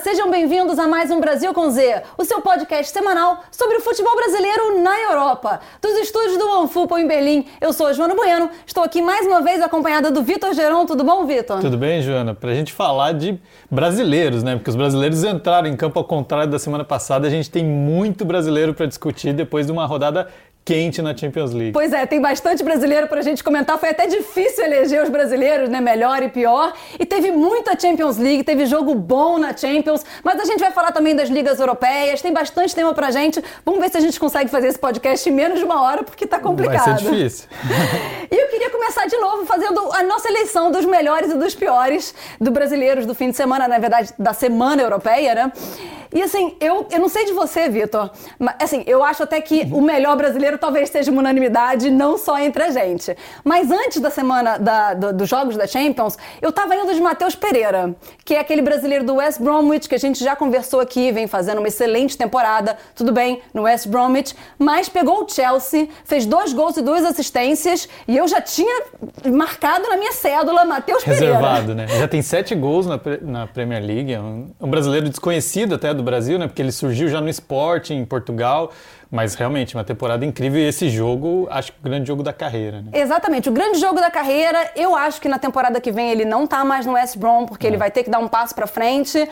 sejam bem-vindos a mais um Brasil com Z, o seu podcast semanal sobre o futebol brasileiro na Europa. Dos estúdios do OneFootball em Berlim, eu sou a Joana Bueno, estou aqui mais uma vez acompanhada do Vitor Geron. Tudo bom, Vitor? Tudo bem, Joana? Pra gente falar de brasileiros, né? Porque os brasileiros entraram em campo ao contrário da semana passada, a gente tem muito brasileiro para discutir depois de uma rodada quente na Champions League. Pois é, tem bastante brasileiro pra gente comentar. Foi até difícil eleger os brasileiros, né? Melhor e pior. E teve muita Champions League, teve jogo bom na Champions. Mas a gente vai falar também das ligas europeias. Tem bastante tema pra gente. Vamos ver se a gente consegue fazer esse podcast em menos de uma hora, porque tá complicado. Vai ser difícil. E eu queria começar de novo fazendo a nossa eleição dos melhores e dos piores do brasileiros do fim de semana, na verdade, da semana europeia, né? E assim, eu não sei de você, Vitor, mas assim, eu acho até que o melhor brasileiro talvez seja uma unanimidade, não só entre a gente. Mas antes da semana dos jogos da Champions, eu tava indo de Matheus Pereira, que é aquele brasileiro do West Bromwich, que a gente já conversou aqui, vem fazendo uma excelente temporada, tudo bem, no West Bromwich, mas pegou o Chelsea, fez 2 gols e 2 assistências, e eu já tinha marcado na minha cédula Matheus Pereira. Reservado, né? Já tem 7 gols na Premier League, é um brasileiro desconhecido até do Brasil, né? Porque ele surgiu já no Sporting, em Portugal, mas realmente uma temporada incrível e esse jogo, acho que o grande jogo da carreira, né? Exatamente, o grande jogo da carreira. Eu acho que na temporada que vem ele não tá mais no West Brom, porque ele vai ter que dar um passo pra frente.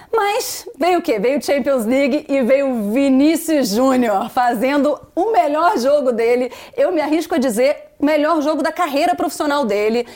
Mas veio o quê? Veio o Champions League e veio o Vinícius Júnior fazendo o melhor jogo dele. Eu me arrisco a dizer, melhor jogo da carreira profissional dele,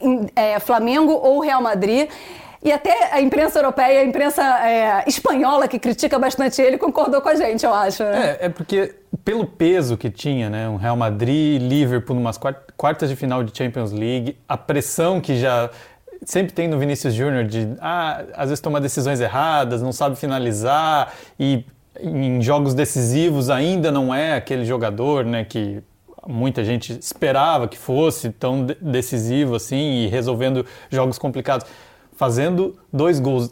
Flamengo ou Real Madrid. E até a imprensa europeia, a imprensa espanhola, que critica bastante ele, concordou com a gente, eu acho. Né? É porque pelo peso que tinha, né? Um Real Madrid, Liverpool, numas quartas de final de Champions League, a pressão que já sempre tem no Vinícius Júnior de, às vezes toma decisões erradas, não sabe finalizar, e em jogos decisivos ainda não é aquele jogador, né, que muita gente esperava que fosse tão decisivo assim e resolvendo jogos complicados. Fazendo 2 gols.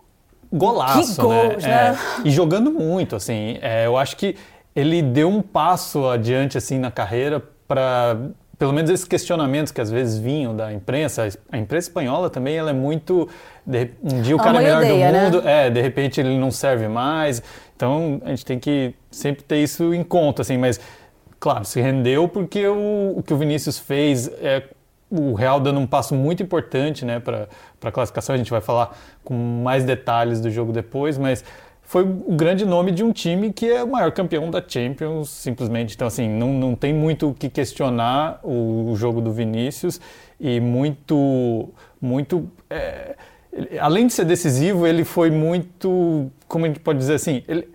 Golaço, que gols, né? E jogando muito, assim. Eu acho que ele deu um passo adiante, assim, na carreira para, pelo menos, esses questionamentos que às vezes vinham da imprensa. A imprensa espanhola também, ela é muito... Um dia o cara é melhor do mundo, né? De repente ele não serve mais. Então, a gente tem que sempre ter isso em conta, assim. Mas, claro, se rendeu porque o que o Vinícius fez o Real dando um passo muito importante, né, para a classificação. A gente vai falar com mais detalhes do jogo depois, mas foi o grande nome de um time que é o maior campeão da Champions, simplesmente. Então, assim, não tem muito o que questionar o jogo do Vinícius e além de ser decisivo, ele foi muito, como a gente pode dizer assim, ele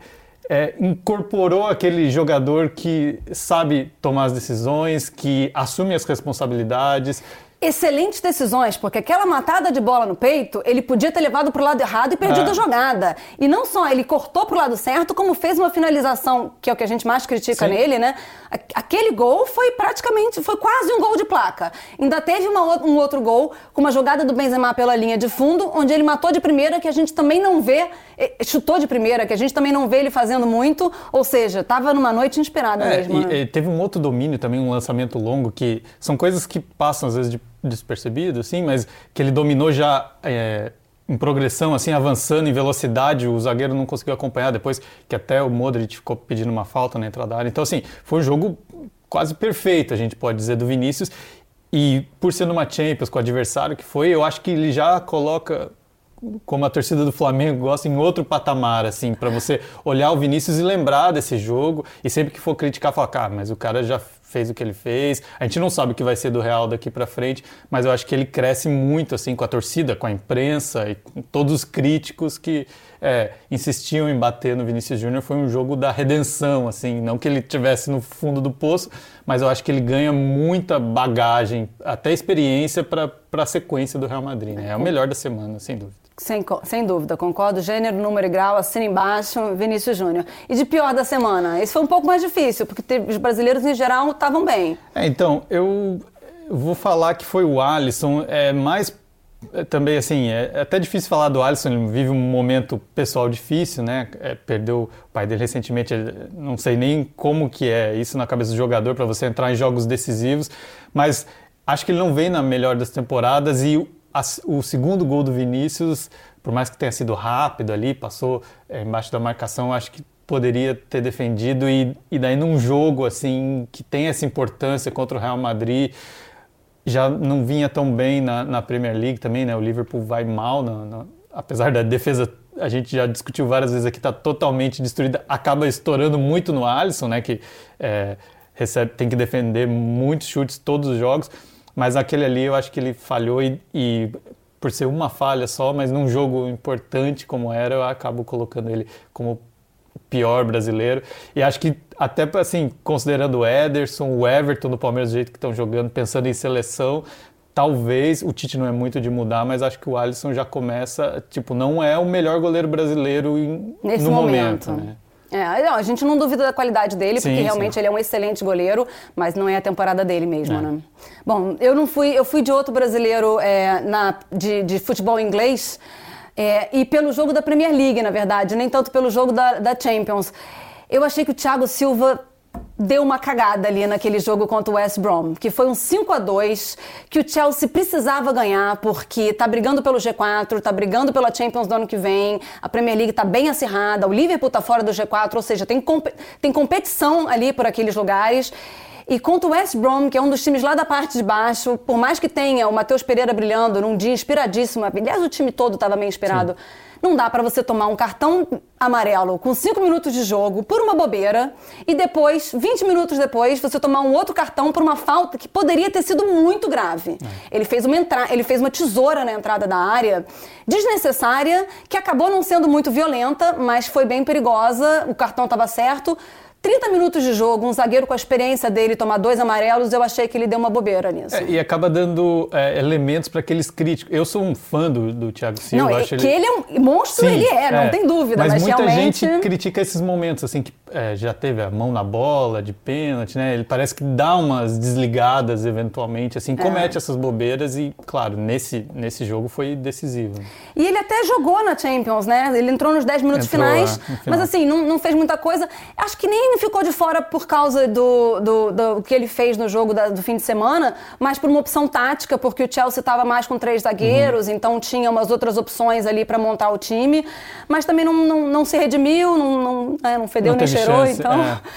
incorporou aquele jogador que sabe tomar as decisões, que assume as responsabilidades. Excelentes decisões, porque aquela matada de bola no peito, ele podia ter levado pro lado errado e perdido a jogada. E não só, ele cortou pro lado certo, como fez uma finalização, que é o que a gente mais critica nele, né? Aquele gol foi quase um gol de placa. Ainda teve um outro gol, com uma jogada do Benzema pela linha de fundo, onde ele matou de primeira, que a gente também não vê, chutou de primeira, que a gente também não vê ele fazendo muito, ou seja, tava numa noite inspirada mesmo. E teve um outro domínio também, um lançamento longo, que são coisas que passam às vezes despercebido, assim, mas que ele dominou já em progressão, assim, avançando em velocidade, o zagueiro não conseguiu acompanhar, depois que até o Modric ficou pedindo uma falta na entrada da área. Então, assim, foi um jogo quase perfeito, a gente pode dizer, do Vinícius, e por ser numa Champions com o adversário que foi, eu acho que ele já coloca, como a torcida do Flamengo gosta, em outro patamar, assim, para você olhar o Vinícius e lembrar desse jogo, e sempre que for criticar, falar, mas o cara já fez o que ele fez. A gente não sabe o que vai ser do Real daqui para frente, mas eu acho que ele cresce muito, assim, com a torcida, com a imprensa e com todos os críticos que insistiam em bater no Vinícius Júnior. Foi um jogo da redenção, assim, não que ele estivesse no fundo do poço, mas eu acho que ele ganha muita bagagem, até experiência para a sequência do Real Madrid, né? É o melhor da semana, sem dúvida. Sem dúvida, concordo. Gênero, número e grau, assina embaixo, Vinícius Júnior. E de pior da semana? Esse foi um pouco mais difícil, porque os brasileiros em geral estavam bem. Então, eu vou falar que foi o Alisson, mais também assim, é até difícil falar do Alisson, ele vive um momento pessoal difícil, né? Perdeu o pai dele recentemente, não sei nem como que é isso na cabeça do jogador para você entrar em jogos decisivos, mas acho que ele não vem na melhor das temporadas e o segundo gol do Vinícius, por mais que tenha sido rápido ali, passou embaixo da marcação, acho que poderia ter defendido e daí num jogo assim que tem essa importância contra o Real Madrid, já não vinha tão bem na Premier League também, né? O Liverpool vai mal, apesar da defesa, a gente já discutiu várias vezes aqui, está totalmente destruída, acaba estourando muito no Alisson, né? Que tem que defender muitos chutes todos os jogos, mas aquele ali eu acho que ele falhou e por ser uma falha só, mas num jogo importante como era, eu acabo colocando ele como pior brasileiro. E acho que até assim, considerando o Ederson, o Everton do Palmeiras, do jeito que estão jogando, pensando em seleção, talvez, o Tite não é muito de mudar, mas acho que o Alisson já começa, não é o melhor goleiro brasileiro nesse no momento, né? Não, a gente não duvida da qualidade dele, porque realmente ele é um excelente goleiro, mas não é a temporada dele mesmo, né? Bom, eu fui de outro brasileiro de futebol inglês, e pelo jogo da Premier League, na verdade, nem tanto pelo jogo da Champions. Eu achei que o Thiago Silva deu uma cagada ali naquele jogo contra o West Brom, que foi um 5-2, que o Chelsea precisava ganhar, porque tá brigando pelo G4, tá brigando pela Champions do ano que vem, a Premier League tá bem acirrada, o Liverpool tá fora do G4, ou seja, tem competição ali por aqueles lugares. E contra o West Brom, que é um dos times lá da parte de baixo, por mais que tenha o Matheus Pereira brilhando num dia inspiradíssimo, aliás, o time todo estava meio inspirado, não dá para você tomar um cartão amarelo com 5 minutos de jogo por uma bobeira e depois, 20 minutos depois, você tomar um outro cartão por uma falta que poderia ter sido muito grave. Ele fez uma tesoura na entrada da área, desnecessária, que acabou não sendo muito violenta, mas foi bem perigosa, o cartão estava certo. 30 minutos de jogo, um zagueiro com a experiência dele tomar 2 amarelos, eu achei que ele deu uma bobeira nisso. E acaba dando elementos para aqueles críticos. Eu sou um fã do Thiago Silva. Não, acho ele é um monstro, ele não tem dúvida. Mas muita realmente... gente critica esses momentos, assim, que já teve a mão na bola, de pênalti, né? Ele parece que dá umas desligadas eventualmente, assim, comete essas bobeiras e, claro, nesse jogo foi decisivo. E ele até jogou na Champions, né? Ele entrou nos 10 minutos finais, mas assim, não fez muita coisa. Acho que nem ficou de fora por causa do que ele fez no jogo do fim de semana, mas por uma opção tática, porque o Chelsea estava mais com 3 zagueiros, então tinha umas outras opções ali para montar o time, mas também não se redimiu, não fedeu nem cheirou, então...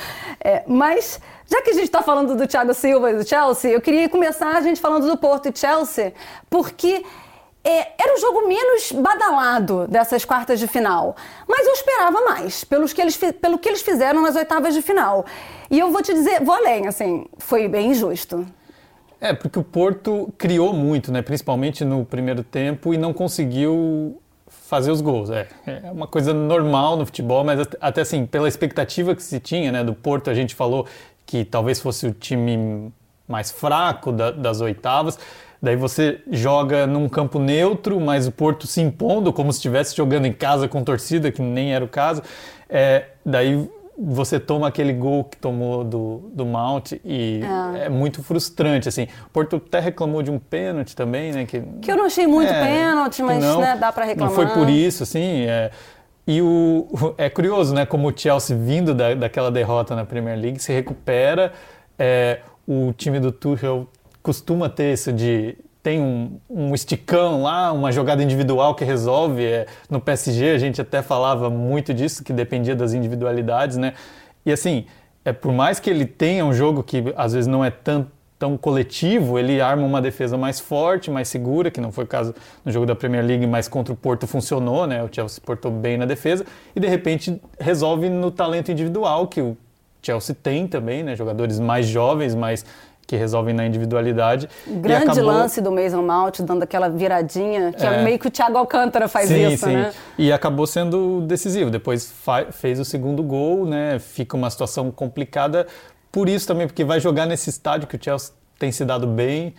Mas, já que a gente está falando do Thiago Silva e do Chelsea, eu queria começar a gente falando do Porto e Chelsea, porque... era o jogo menos badalado dessas quartas de final. Mas eu esperava mais, pelo que eles fizeram nas oitavas de final. E eu vou te dizer, vou além, assim, foi bem injusto. Porque o Porto criou muito, né? Principalmente no primeiro tempo, e não conseguiu fazer os gols. É uma coisa normal no futebol, mas até assim, pela expectativa que se tinha, né? Do Porto, a gente falou que talvez fosse o time mais fraco das oitavas. Daí você joga num campo neutro, mas o Porto se impondo, como se estivesse jogando em casa com torcida, que nem era o caso. Daí você toma aquele gol que tomou do Mount e é muito frustrante, assim. O Porto até reclamou de um pênalti também, né? Que eu não achei muito pênalti, mas não, né, dá para reclamar. Não foi por isso, assim. E é curioso, né? Como o Chelsea, vindo daquela derrota na Premier League, se recupera. O time do Tuchel costuma ter isso tem um esticão lá, uma jogada individual que resolve. No PSG a gente até falava muito disso, que dependia das individualidades, né? E assim, por mais que ele tenha um jogo que às vezes não é tão coletivo, ele arma uma defesa mais forte, mais segura, que não foi o caso no jogo da Premier League, mas contra o Porto funcionou, né? O Chelsea se portou bem na defesa e de repente resolve no talento individual, que o Chelsea tem também, né? Jogadores mais jovens, que resolvem na individualidade. Grande lance do Mason Mount, dando aquela viradinha, que é meio que o Thiago Alcântara faz isso, né? E acabou sendo decisivo. Depois fez o segundo gol, né? Fica uma situação complicada por isso também, porque vai jogar nesse estádio que o Chelsea tem se dado bem,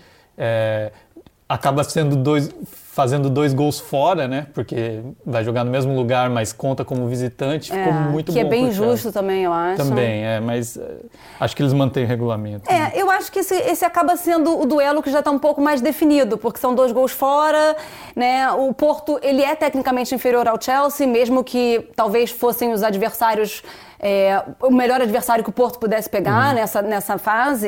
acaba fazendo 2 gols fora, né? Porque vai jogar no mesmo lugar, mas conta como visitante. Ficou muito bom. Que é bem justo também, eu acho. Também, mas acho que eles mantêm o regulamento. Né? Eu acho que esse acaba sendo o duelo que já está um pouco mais definido, porque são 2 gols fora, né? O Porto, ele é tecnicamente inferior ao Chelsea, mesmo que talvez fossem os adversários, o melhor adversário que o Porto pudesse pegar nessa fase.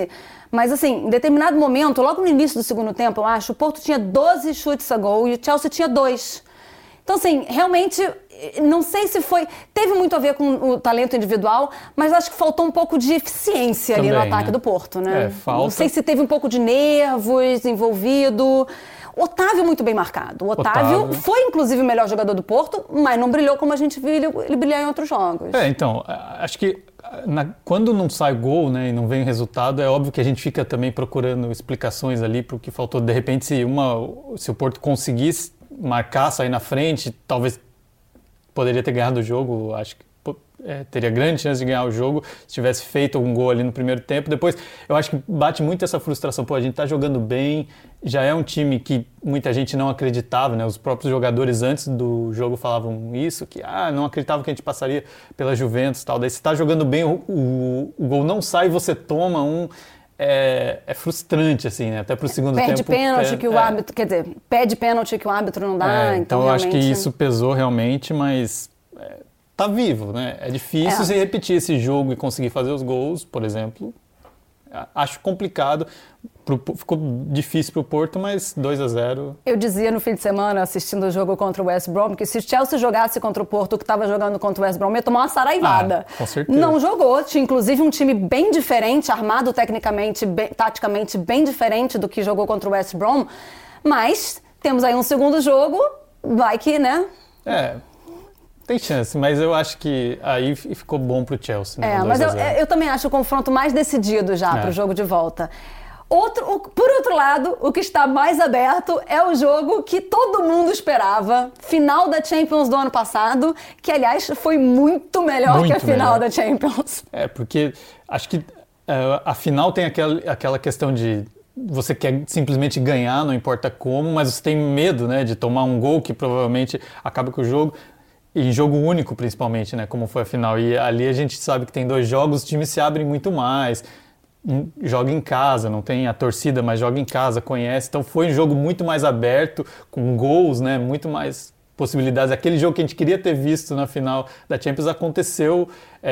Mas, assim, em determinado momento, logo no início do segundo tempo, eu acho, o Porto tinha 12 chutes a gol e o Chelsea tinha 2. Então, assim, realmente, não sei se foi... Teve muito a ver com o talento individual, mas acho que faltou um pouco de eficiência também, ali no ataque do Porto, né? Falta... Não sei se teve um pouco de nervos envolvido... Otávio muito bem marcado. O Otávio foi, inclusive, o melhor jogador do Porto, mas não brilhou como a gente viu ele brilhar em outros jogos. Então, acho que quando não sai gol, né, e não vem resultado, é óbvio que a gente fica também procurando explicações ali para o que faltou. De repente, se o Porto conseguisse marcar, sair na frente, talvez poderia ter ganhado o jogo, acho que teria grande chance de ganhar o jogo se tivesse feito algum gol ali no primeiro tempo. Depois, eu acho que bate muito essa frustração. A gente tá jogando bem, já é um time que muita gente não acreditava, né? Os próprios jogadores antes do jogo falavam isso, que não acreditavam que a gente passaria pela Juventus e tal. Daí você tá jogando bem, o gol não sai, você toma um... É frustrante, assim, né? Até pro segundo tempo. Perde pênalti que o árbitro... Quer dizer, pede pênalti que o árbitro não dá, então eu realmente... acho que isso pesou realmente, mas... tá vivo, né? É difícil se repetir esse jogo e conseguir fazer os gols, por exemplo. Acho complicado. Ficou difícil pro Porto, mas 2-0. Eu dizia no fim de semana, assistindo o jogo contra o West Brom, que se o Chelsea jogasse contra o Porto, que estava jogando contra o West Brom, ia tomar uma saraivada. Com certeza. Não jogou. Tinha, inclusive, um time bem diferente, armado tecnicamente, taticamente bem diferente do que jogou contra o West Brom. Mas temos aí um segundo jogo, vai que, né? Tem chance, mas eu acho que aí ficou bom pro Chelsea. Né? Mas eu também acho o confronto mais decidido já pro jogo de volta. Por outro lado, o que está mais aberto é o jogo que todo mundo esperava, final da Champions do ano passado, que, aliás, foi muito melhor que a final da Champions. Porque acho que a final tem aquela questão de você quer simplesmente ganhar, não importa como, mas você tem medo, né, de tomar um gol que provavelmente acaba com o jogo. E jogo único, principalmente, né? Como foi a final. E ali a gente sabe que tem 2 jogos, os times se abrem muito mais. Joga em casa, não tem a torcida, mas joga em casa, conhece. Então foi um jogo muito mais aberto, com gols, né? Muito mais possibilidades. Aquele jogo que a gente queria ter visto na final da Champions aconteceu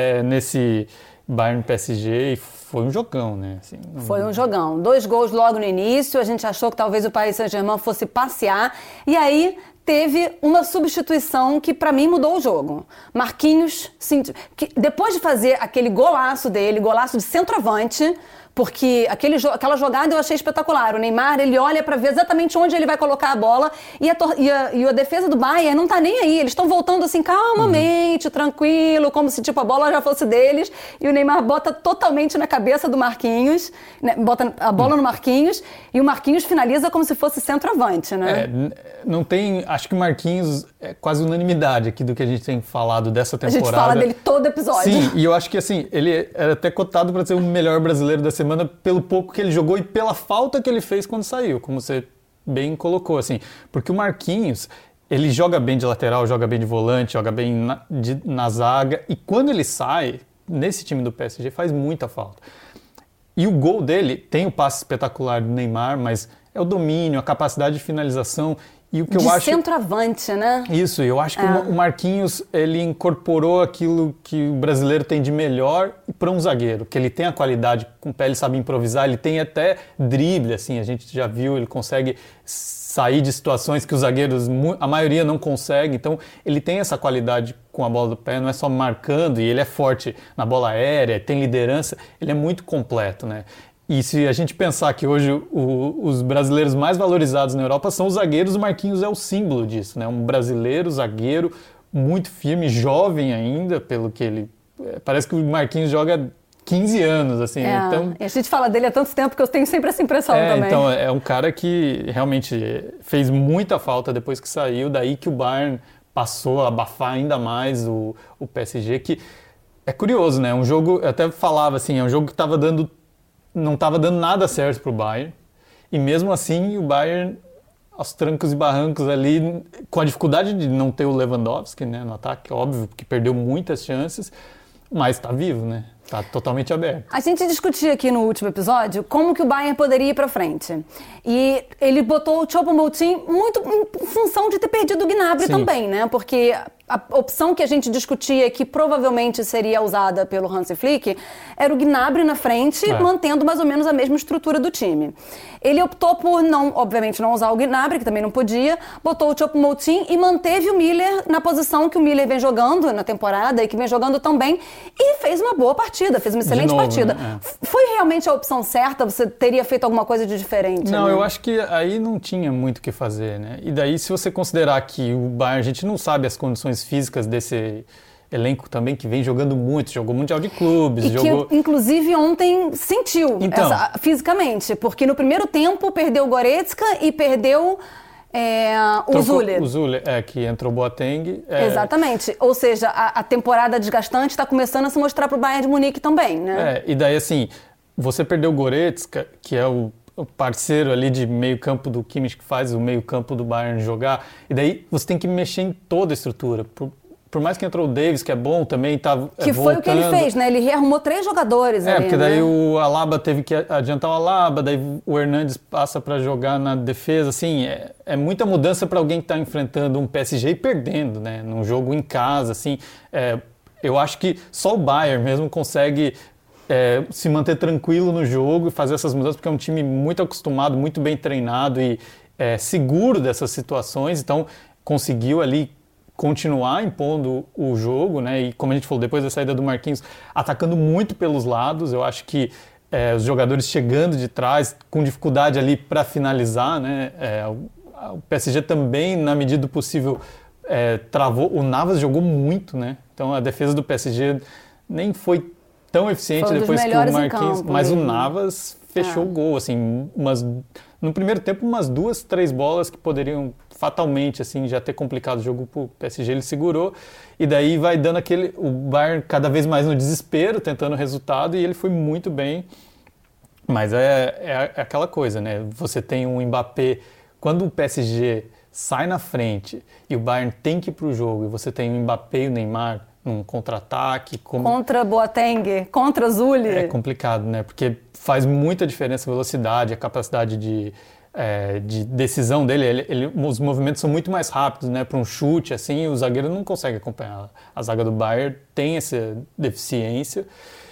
nesse Bayern PSG e foi um jogão, né? Assim, Foi um jogão. 2 gols logo no início. A gente achou que talvez o Paris Saint-Germain fosse passear. E aí... teve uma substituição que, pra mim, mudou o jogo. Marquinhos, que depois de fazer aquele golaço dele, golaço de centroavante, porque aquela jogada eu achei espetacular. O Neymar, ele olha pra ver exatamente onde ele vai colocar a bola e a defesa do Bayern não tá nem aí. Eles estão voltando assim calmamente, tranquilo, como se tipo a bola já fosse deles. E o Neymar bota totalmente na cabeça do Marquinhos, né, bota a bola no Marquinhos e o Marquinhos finaliza como se fosse centroavante, né? Não tem... Acho que o Marquinhos é quase unanimidade aqui do que a gente tem falado dessa temporada. A gente fala dele todo episódio. Sim, e eu acho que assim, ele era até cotado para ser o melhor brasileiro da semana pelo pouco que ele jogou e pela falta que ele fez quando saiu, como você bem colocou, assim. Porque o Marquinhos, ele joga bem de lateral, joga bem de volante, joga bem na zaga, e quando ele sai, nesse time do PSG, faz muita falta. E o gol dele tem o passe espetacular do Neymar, mas é o domínio, a capacidade de finalização. E o que eu acho... centroavante, né? Isso, eu acho que o Marquinhos, ele incorporou aquilo que o brasileiro tem de melhor para um zagueiro, que ele tem a qualidade com o pé, ele sabe improvisar, ele tem até drible, assim, a gente já viu, ele consegue sair de situações que os zagueiros, a maioria não consegue, então ele tem essa qualidade com a bola do pé, não é só marcando, e ele é forte na bola aérea, tem liderança, ele é muito completo, né? E se a gente pensar que hoje os brasileiros mais valorizados na Europa são os zagueiros, o Marquinhos é o símbolo disso, né? Um brasileiro, zagueiro, muito firme, jovem ainda, pelo que ele... Parece que o Marquinhos joga 15 anos, assim. Então, a gente fala dele há tanto tempo que eu tenho sempre essa impressão também. Então, é um cara que realmente fez muita falta depois que saiu, daí que o Bayern passou a abafar ainda mais o PSG, que é curioso, né? Um jogo, eu até falava assim, é um jogo que não estava dando nada certo para o Bayern, e mesmo assim o Bayern, aos trancos e barrancos ali, com a dificuldade de não ter o Lewandowski, né, no ataque, óbvio que perdeu muitas chances, mas está vivo, né? Está totalmente aberto. A gente discutiu aqui no último episódio como que o Bayern poderia ir para frente. E ele botou o Choupo-Moting muito em função de ter perdido o Gnabry também, né? Porque a opção que a gente discutia, que provavelmente seria usada pelo Hansi Flick, era o Gnabry na frente, mantendo mais ou menos a mesma estrutura do time. Ele optou por, obviamente, não usar o Gnabry, que também não podia, botou o Choupo-Moting e manteve o Miller na posição que o Miller vem jogando na temporada e que vem jogando tão bem, e fez uma boa partida, fez uma excelente partida. Né? Foi realmente a opção certa? Você teria feito alguma coisa de diferente? Não, né? Eu acho que aí não tinha muito o que fazer, né? E daí, se você considerar que o Bayern, a gente não sabe as condições físicas desse elenco também, que vem jogando muito, jogou Mundial de Clubes, que inclusive ontem sentiu fisicamente, porque no primeiro tempo perdeu o Goretzka e perdeu o Zule. O Zule, que entrou o Boateng. Exatamente, ou seja, a temporada desgastante está começando a se mostrar para o Bayern de Munique também, né? E daí assim, você perdeu o Goretzka, que é o parceiro ali de meio campo do Kimmich, que faz o meio campo do Bayern jogar, e daí você tem que mexer em toda a estrutura. Por mais que entrou o Davis, que é bom também, tá que voltando. Foi o que ele fez, né? Ele rearrumou 3 jogadores ali, porque daí o Alaba teve que adiantar o Alaba, daí o Hernandes passa para jogar na defesa, assim, é muita mudança para alguém que está enfrentando um PSG e perdendo, né? Num jogo em casa, assim, eu acho que só o Bayern mesmo consegue se manter tranquilo no jogo e fazer essas mudanças, porque é um time muito acostumado, muito bem treinado e seguro dessas situações, então conseguiu ali continuar impondo o jogo, né? E como a gente falou, depois da saída do Marquinhos, atacando muito pelos lados. Eu acho que os jogadores chegando de trás, com dificuldade ali para finalizar, né? O PSG também, na medida do possível, travou. O Navas jogou muito, né? Então a defesa do PSG nem foi tão eficiente depois que o Marquinhos... Mas o Navas fechou o gol, assim, no primeiro tempo, umas 2, 3 bolas que poderiam fatalmente assim, já ter complicado o jogo pro PSG, ele segurou, e daí vai dando o Bayern cada vez mais no desespero, tentando o resultado, e ele foi muito bem. Mas é aquela coisa, né? Você tem um Mbappé, quando o PSG sai na frente e o Bayern tem que ir pro jogo, e você tem o Mbappé e o Neymar num contra-ataque... Contra Boateng, contra Zule. É complicado, né? Porque faz muita diferença a velocidade, a capacidade de decisão dele. Os movimentos são muito mais rápidos, né? Para um chute, assim, o zagueiro não consegue acompanhar. A zaga do Bayern tem essa deficiência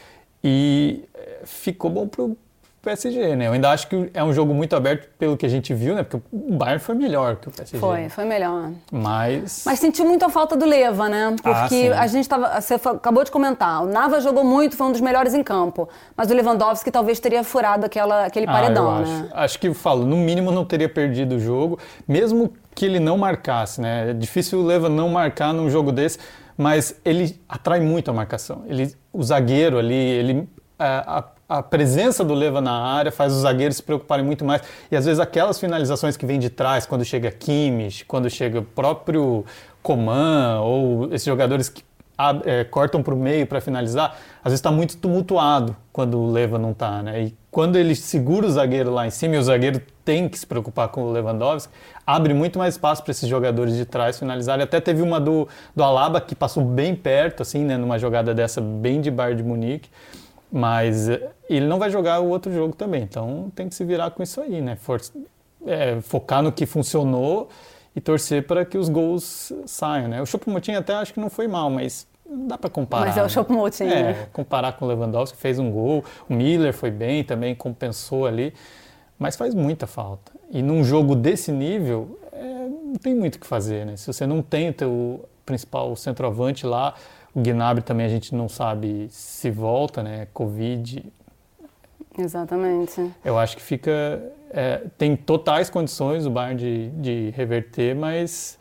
e ficou bom pro PSG, né? Eu ainda acho que é um jogo muito aberto pelo que a gente viu, né? Porque o Bayern foi melhor que o PSG. Foi melhor. Mas sentiu muito a falta do Leva, né? Porque você acabou de comentar, o Navas jogou muito, foi um dos melhores em campo, mas o Lewandowski talvez teria furado aquele paredão, né? Acho que, no mínimo não teria perdido o jogo, mesmo que ele não marcasse, né? É difícil o Leva não marcar num jogo desse, mas ele atrai muito a marcação. O zagueiro ali, a presença do Leva na área faz os zagueiros se preocuparem muito mais. E às vezes aquelas finalizações que vêm de trás, quando chega Kimmich, quando chega o próprio Coman, ou esses jogadores que cortam para o meio para finalizar, às vezes está muito tumultuado quando o Leva não está, né? E quando ele segura o zagueiro lá em cima, e o zagueiro tem que se preocupar com o Lewandowski, abre muito mais espaço para esses jogadores de trás finalizarem. Até teve uma do Alaba que passou bem perto, assim, né? Numa jogada dessa bem de Bayern de Munique. Mas ele não vai jogar o outro jogo também, então tem que se virar com isso aí, né? Focar no que funcionou e torcer para que os gols saiam, né? O Choupo-Moting até acho que não foi mal, mas não dá para comparar. Mas é o Choupo-Moting, né? Comparar com o Lewandowski, fez um gol, o Miller foi bem também, compensou ali, mas faz muita falta. E num jogo desse nível, não tem muito o que fazer, né? Se você não tem o teu principal centroavante lá, o Gnabry também a gente não sabe se volta, né? Covid. Exatamente. Eu acho que tem totais condições o Bayern de reverter, mas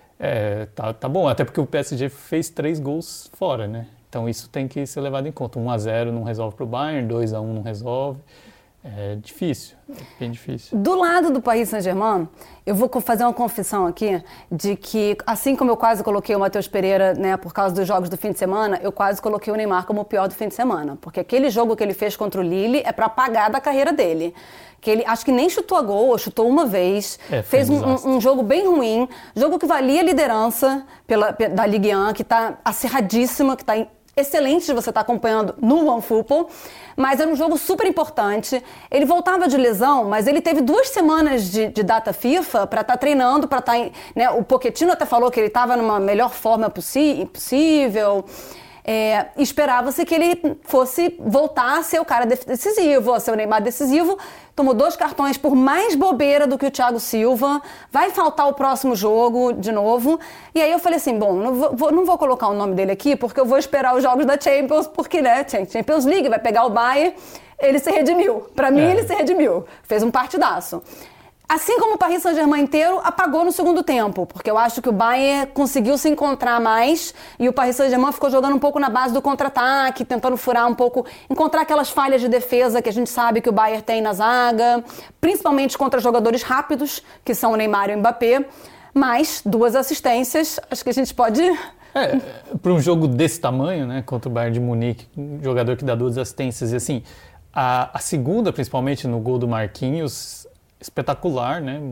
tá bom. Até porque o PSG fez 3 gols fora, né? Então isso tem que ser levado em conta. 1-0 não resolve para o Bayern, 2-1 não resolve. É difícil, bem difícil. Do lado do Paris Saint-Germain, eu vou fazer uma confissão aqui de que, assim como eu quase coloquei o Matheus Pereira, né, por causa dos jogos do fim de semana, eu quase coloquei o Neymar como o pior do fim de semana. Porque aquele jogo que ele fez contra o Lille é para apagar da carreira dele. Que ele acho que nem chutou a gol, ou chutou uma vez, fez um jogo bem ruim, jogo que valia a liderança da Ligue 1, que está acirradíssima, que está excelentes de você estar acompanhando no OneFootball, mas era um jogo super importante. Ele voltava de lesão, mas ele teve 2 semanas de data FIFA para estar treinando, para estar... né, o Pochettino até falou que ele estava numa melhor forma possível. Esperava-se que ele fosse voltar a ser o cara decisivo, a ser o Neymar decisivo. Tomou 2 cartões por mais bobeira do que o Thiago Silva. Vai faltar o próximo jogo de novo. E aí eu falei assim, bom, não vou colocar o nome dele aqui porque eu vou esperar os jogos da Champions, porque, né, Champions League, vai pegar o Bayern, ele se redimiu. Pra mim, ele se redimiu. Fez um partidaço. Assim como o Paris Saint-Germain inteiro apagou no segundo tempo, porque eu acho que o Bayern conseguiu se encontrar mais e o Paris Saint-Germain ficou jogando um pouco na base do contra-ataque, tentando furar um pouco, encontrar aquelas falhas de defesa que a gente sabe que o Bayern tem na zaga, principalmente contra jogadores rápidos, que são o Neymar e o Mbappé, mas 2 assistências, acho que a gente pode... Para um jogo desse tamanho, né, contra o Bayern de Munique, um jogador que dá 2 assistências, e assim, a segunda, principalmente no gol do Marquinhos, espetacular, né?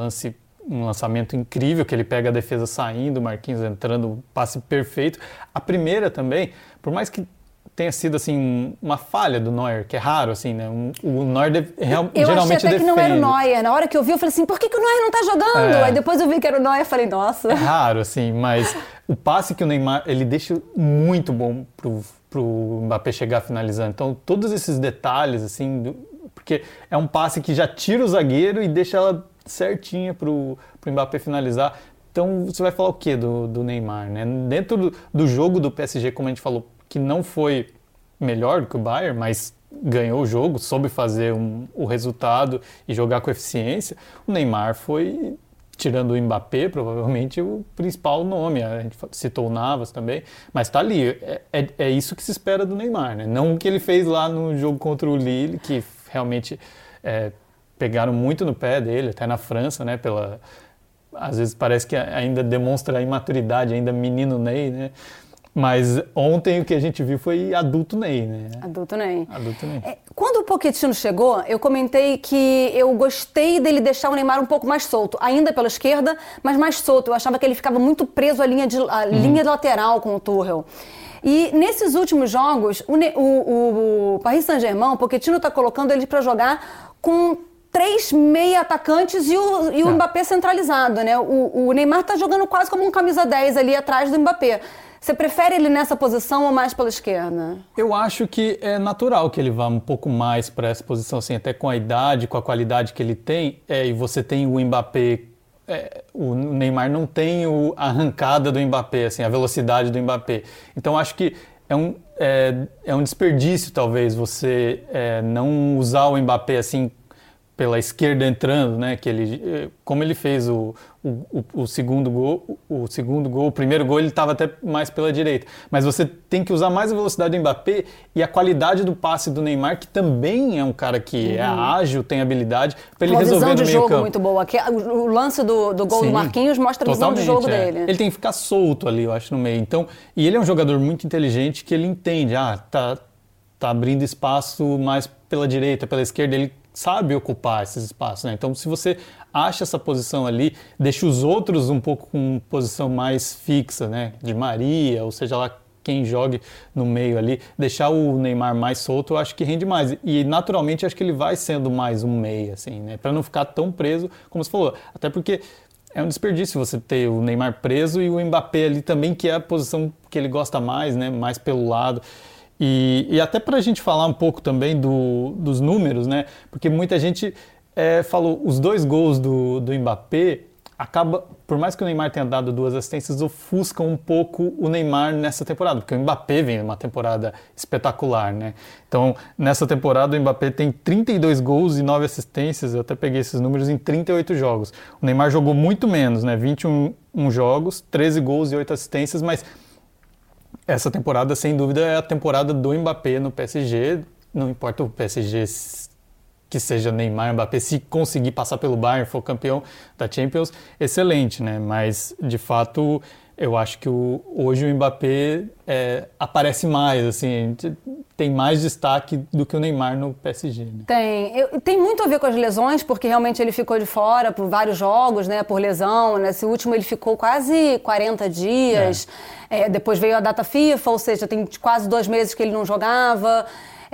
Um lançamento incrível, que ele pega a defesa saindo, o Marquinhos entrando, passe perfeito. A primeira também, por mais que tenha sido assim uma falha do Neuer, que é raro assim, né? O Neuer geralmente defende. Eu achei até que não era o Neuer. Na hora que eu vi, eu falei assim, por que o Neuer não tá jogando? Aí depois eu vi que era o Neuer e falei, nossa. É raro assim, mas o passe que o Neymar, ele deixa muito bom pro Mbappé chegar finalizando. Então, todos esses detalhes assim, porque é um passe que já tira o zagueiro e deixa ela certinha pro Mbappé finalizar. Então, você vai falar o quê do Neymar, né? Dentro do jogo do PSG, como a gente falou, que não foi melhor do que o Bayern, mas ganhou o jogo, soube fazer o resultado e jogar com eficiência, o Neymar foi, tirando o Mbappé, provavelmente o principal nome. A gente citou o Navas também, mas tá ali. É isso que se espera do Neymar, né? Não o que ele fez lá no jogo contra o Lille, que realmente pegaram muito no pé dele, até na França, né? Às vezes parece que ainda demonstra a imaturidade, ainda menino Ney, né? Mas ontem o que a gente viu foi adulto Ney, né? Adulto Ney. Adulto Ney. Quando o Pochettino chegou, eu comentei que eu gostei dele deixar o Neymar um pouco mais solto, ainda pela esquerda, mas mais solto. Eu achava que ele ficava muito preso à linha lateral com o Tuchel. E nesses últimos jogos, o Paris Saint-Germain, o Pochettino está colocando ele para jogar com 3 meia atacantes e o Mbappé centralizado, né? O Neymar está jogando quase como um camisa 10 ali atrás do Mbappé. Você prefere ele nessa posição ou mais pela esquerda? Eu acho que é natural que ele vá um pouco mais para essa posição, assim, até com a idade, com a qualidade que ele tem, e você tem o Mbappé, o Neymar não tem a arrancada do Mbappé, assim, a velocidade do Mbappé. Então acho que é um desperdício, talvez, você não usar o Mbappé assim pela esquerda entrando, né? Como ele fez o segundo gol, o primeiro gol ele estava até mais pela direita. Mas você tem que usar mais a velocidade do Mbappé e a qualidade do passe do Neymar, que também é um cara que é ágil, tem habilidade, para ele resolver no meio campo. Uma visão de jogo muito boa. O lance do gol do Marquinhos mostra a visão de jogo dele. Ele tem que ficar solto ali, eu acho, no meio. Então, e ele é um jogador muito inteligente que ele entende, tá abrindo espaço mais pela direita, pela esquerda, ele sabe ocupar esses espaços, né? Então, se você acha essa posição ali, deixa os outros um pouco com posição mais fixa, né? De Maria, ou seja lá quem jogue no meio ali, deixar o Neymar mais solto, eu acho que rende mais. E, naturalmente, acho que ele vai sendo mais um meia, assim, né? Para não ficar tão preso, como você falou. Até porque é um desperdício você ter o Neymar preso e o Mbappé ali também, que é a posição que ele gosta mais, né? Mais pelo lado. E até para a gente falar um pouco também dos números, né? Porque muita gente falou, os 2 gols do Mbappé acaba, por mais que o Neymar tenha dado 2 assistências, ofuscam um pouco o Neymar nessa temporada, porque o Mbappé vem numa temporada espetacular, né? Então, nessa temporada o Mbappé tem 32 gols e 9 assistências, eu até peguei esses números em 38 jogos. O Neymar jogou muito menos, né? 21 jogos, 13 gols e 8 assistências, mas essa temporada, sem dúvida, é a temporada do Mbappé no PSG. Não importa o PSG que seja Neymar e Mbappé, se conseguir passar pelo Bayern, for campeão da Champions, excelente, né? Mas, de fato, eu acho que hoje o Mbappé aparece mais, assim, tem mais destaque do que o Neymar no PSG. Né? Tem muito a ver com as lesões, porque realmente ele ficou de fora por vários jogos, né, por lesão. Nesse último ele ficou quase 40 dias, depois veio a data FIFA, ou seja, tem quase 2 meses que ele não jogava.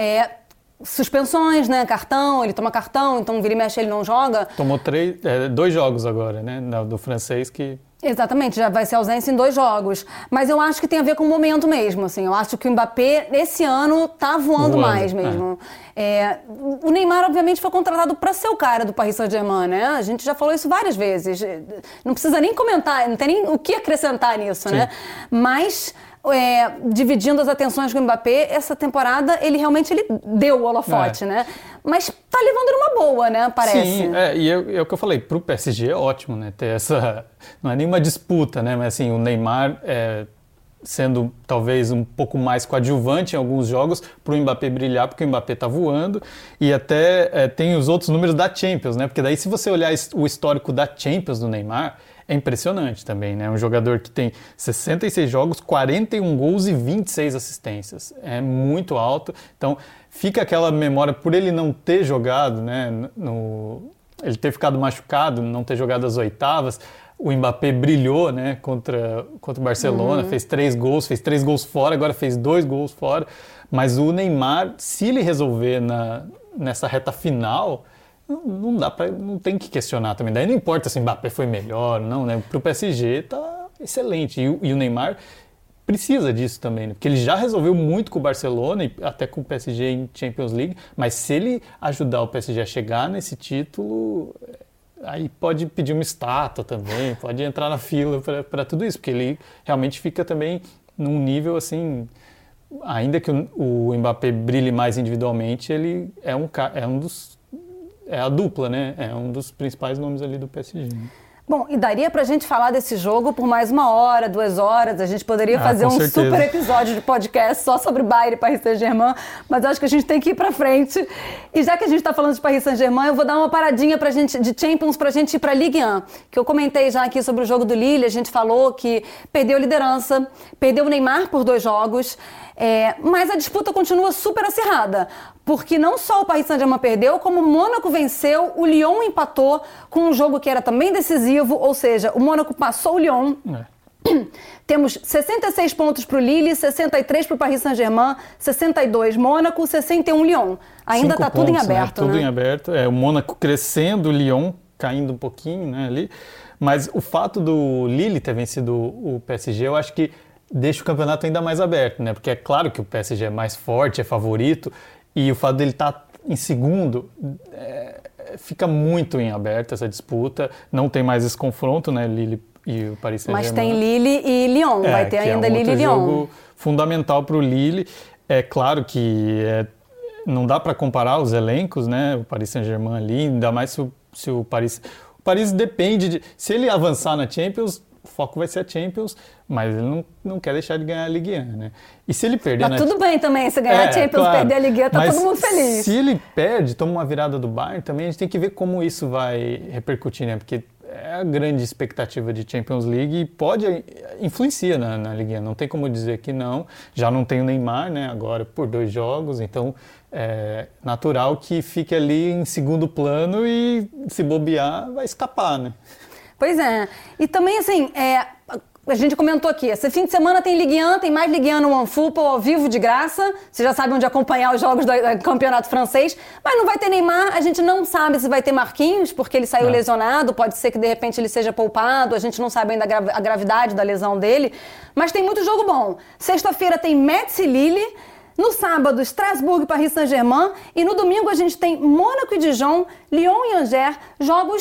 Suspensões, né? Cartão, ele toma cartão, então vira e mexe ele não joga. Tomou 2 jogos agora, né? Do francês que... Exatamente, já vai ser ausência em 2 jogos. Mas eu acho que tem a ver com o momento mesmo, assim. Eu acho que o Mbappé, esse ano, tá voando mais mesmo. O Neymar, obviamente, foi contratado para ser o cara do Paris Saint-Germain, né? A gente já falou isso várias vezes. Não precisa nem comentar, não tem nem o que acrescentar nisso, né? Mas... dividindo as atenções com o Mbappé, essa temporada ele realmente deu o holofote, né? Mas tá levando numa boa, né? Parece. Sim, e é o que eu falei, pro PSG é ótimo, né? Ter essa... Não é nenhuma disputa, né? Mas assim, o Neymar sendo talvez um pouco mais coadjuvante em alguns jogos pro Mbappé brilhar, porque o Mbappé tá voando, e até tem os outros números da Champions, né? Porque daí se você olhar o histórico da Champions do Neymar, é impressionante também, né? Um jogador que tem 66 jogos, 41 gols e 26 assistências. É muito alto. Então, fica aquela memória por ele não ter jogado, né? Ele ter ficado machucado, não ter jogado as oitavas. O Mbappé brilhou, né? Contra o Barcelona, fez 3 gols fora, agora fez 2 gols fora. Mas o Neymar, se ele resolver nessa reta final... Não tem que questionar também. Daí não importa se o Mbappé foi melhor, não, né? Pro PSG tá excelente. E o Neymar precisa disso também, né? Porque ele já resolveu muito com o Barcelona e até com o PSG em Champions League, mas se ele ajudar o PSG a chegar nesse título, aí pode pedir uma estátua também, pode entrar na fila para tudo isso, porque ele realmente fica também num nível assim... Ainda que o Mbappé brilhe mais individualmente, ele é um dos... É a dupla, né? É um dos principais nomes ali do PSG. Né? Bom, e daria pra gente falar desse jogo por mais 1 hora, 2 horas. A gente poderia fazer um super episódio de podcast só sobre Bayern e Paris Saint-Germain, mas acho que a gente tem que ir pra frente. E já que a gente tá falando de Paris Saint-Germain, eu vou dar uma paradinha pra gente, de Champions pra gente ir pra Ligue 1, que eu comentei já aqui sobre o jogo do Lille. A gente falou que perdeu liderança, perdeu o Neymar por 2 jogos, mas a disputa continua super acirrada. Porque não só o Paris Saint-Germain perdeu, como o Mônaco venceu, o Lyon empatou com um jogo que era também decisivo, ou seja, o Mônaco passou o Lyon. Temos 66 pontos para o Lille, 63 para o Paris Saint-Germain, 62 Mônaco, 61 Lyon. Ainda está tudo em aberto, né? Tudo em aberto. O Mônaco crescendo, o Lyon caindo um pouquinho, né, ali. Mas o fato do Lille ter vencido o PSG, eu acho que deixa o campeonato ainda mais aberto, né? Porque é claro que o PSG é mais forte, é favorito, e o fato dele estar em segundo fica muito em aberto essa disputa. Não tem mais esse confronto, né? Lille e o Paris Saint-Germain. Mas tem Lille e Lyon, vai ter ainda Lille e Lyon. É um jogo fundamental para o Lille. É claro que não dá para comparar os elencos, né? O Paris Saint-Germain ali, ainda mais se o Paris... O Paris depende se ele avançar na Champions... O foco vai ser a Champions, mas ele não quer deixar de ganhar a Ligue 1, né? E se ele perder... Mas tudo bem também, se ganhar a Champions, claro, perder a Ligue 1, tá todo mundo feliz. Se ele perde, toma uma virada do Bayern, também a gente tem que ver como isso vai repercutir, né? Porque é a grande expectativa de Champions League e influencia na Ligue 1. Não tem como dizer que não. Já não tem o Neymar, né? Agora por 2 jogos, então é natural que fique ali em segundo plano e se bobear, vai escapar, né? Pois é. E também, assim, a gente comentou aqui, esse fim de semana tem Ligue 1, tem mais Ligue 1 no OneFootball ao vivo de graça. Você já sabe onde acompanhar os jogos do campeonato francês. Mas não vai ter Neymar, a gente não sabe se vai ter Marquinhos, porque ele saiu lesionado. Pode ser que, de repente, ele seja poupado. A gente não sabe ainda a gravidade da lesão dele. Mas tem muito jogo bom. Sexta-feira tem Metz e Lille. No sábado, Strasbourg e Paris Saint-Germain. E no domingo a gente tem Mônaco e Dijon, Lyon e Angers. Jogos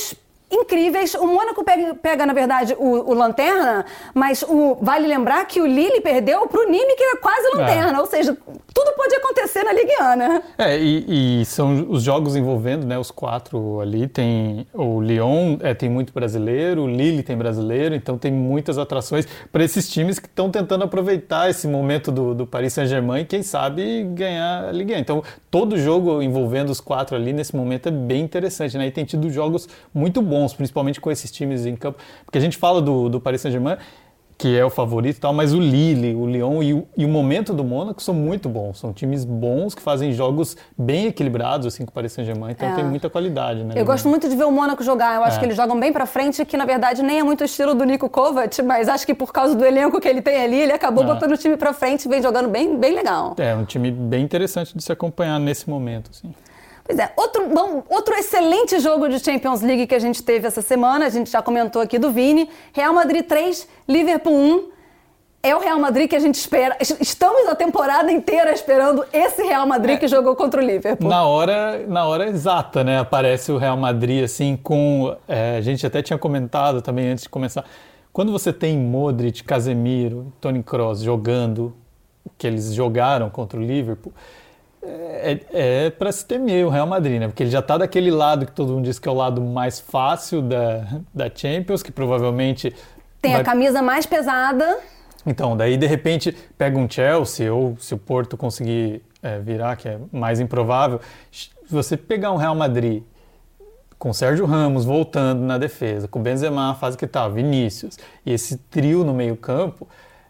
incríveis. O Mônaco pega na verdade, o Lanterna, mas vale lembrar que o Lille perdeu para o Nîmes, que era quase Lanterna. Ou seja, tudo pode acontecer na Ligue 1, né? E são os jogos envolvendo, né, os 4 ali. Tem o Lyon, tem muito brasileiro, o Lille tem brasileiro, então tem muitas atrações para esses times que estão tentando aproveitar esse momento do Paris Saint-Germain e, quem sabe, ganhar a Ligue 1. Então, todo jogo envolvendo os 4 ali, nesse momento, é bem interessante, né? E tem tido jogos muito bons, principalmente com esses times em campo, porque a gente fala do Paris Saint-Germain, que é o favorito e tal, mas o Lille, o Lyon e o momento do Mônaco são muito bons, são times bons que fazem jogos bem equilibrados assim com o Paris Saint-Germain, então tem muita qualidade, né? Eu gosto muito de ver o Mônaco jogar, eu acho que eles jogam bem pra frente, que na verdade nem é muito o estilo do Niko Kovac, mas acho que por causa do elenco que ele tem ali, ele acabou botando o time pra frente e vem jogando bem, bem legal. É um time bem interessante de se acompanhar nesse momento, assim. Pois é, outro excelente jogo de Champions League que a gente teve essa semana, a gente já comentou aqui do Vini, Real Madrid 3, Liverpool 1, é o Real Madrid que a gente espera, estamos a temporada inteira esperando esse Real Madrid que jogou contra o Liverpool. Na hora exata, né, aparece o Real Madrid assim com, a gente até tinha comentado também antes de começar, quando você tem Modric, Casemiro, Toni Kroos jogando o que eles jogaram contra o Liverpool, é para se temer o Real Madrid, né? Porque ele já está daquele lado que todo mundo diz que é o lado mais fácil da Champions, que provavelmente tem a camisa mais pesada. Então, daí de repente pega um Chelsea, ou se o Porto conseguir virar, que é mais improvável, você pegar um Real Madrid com Sérgio Ramos voltando na defesa, com o Benzema, a fase que tá, Vinícius, e esse trio no meio campo,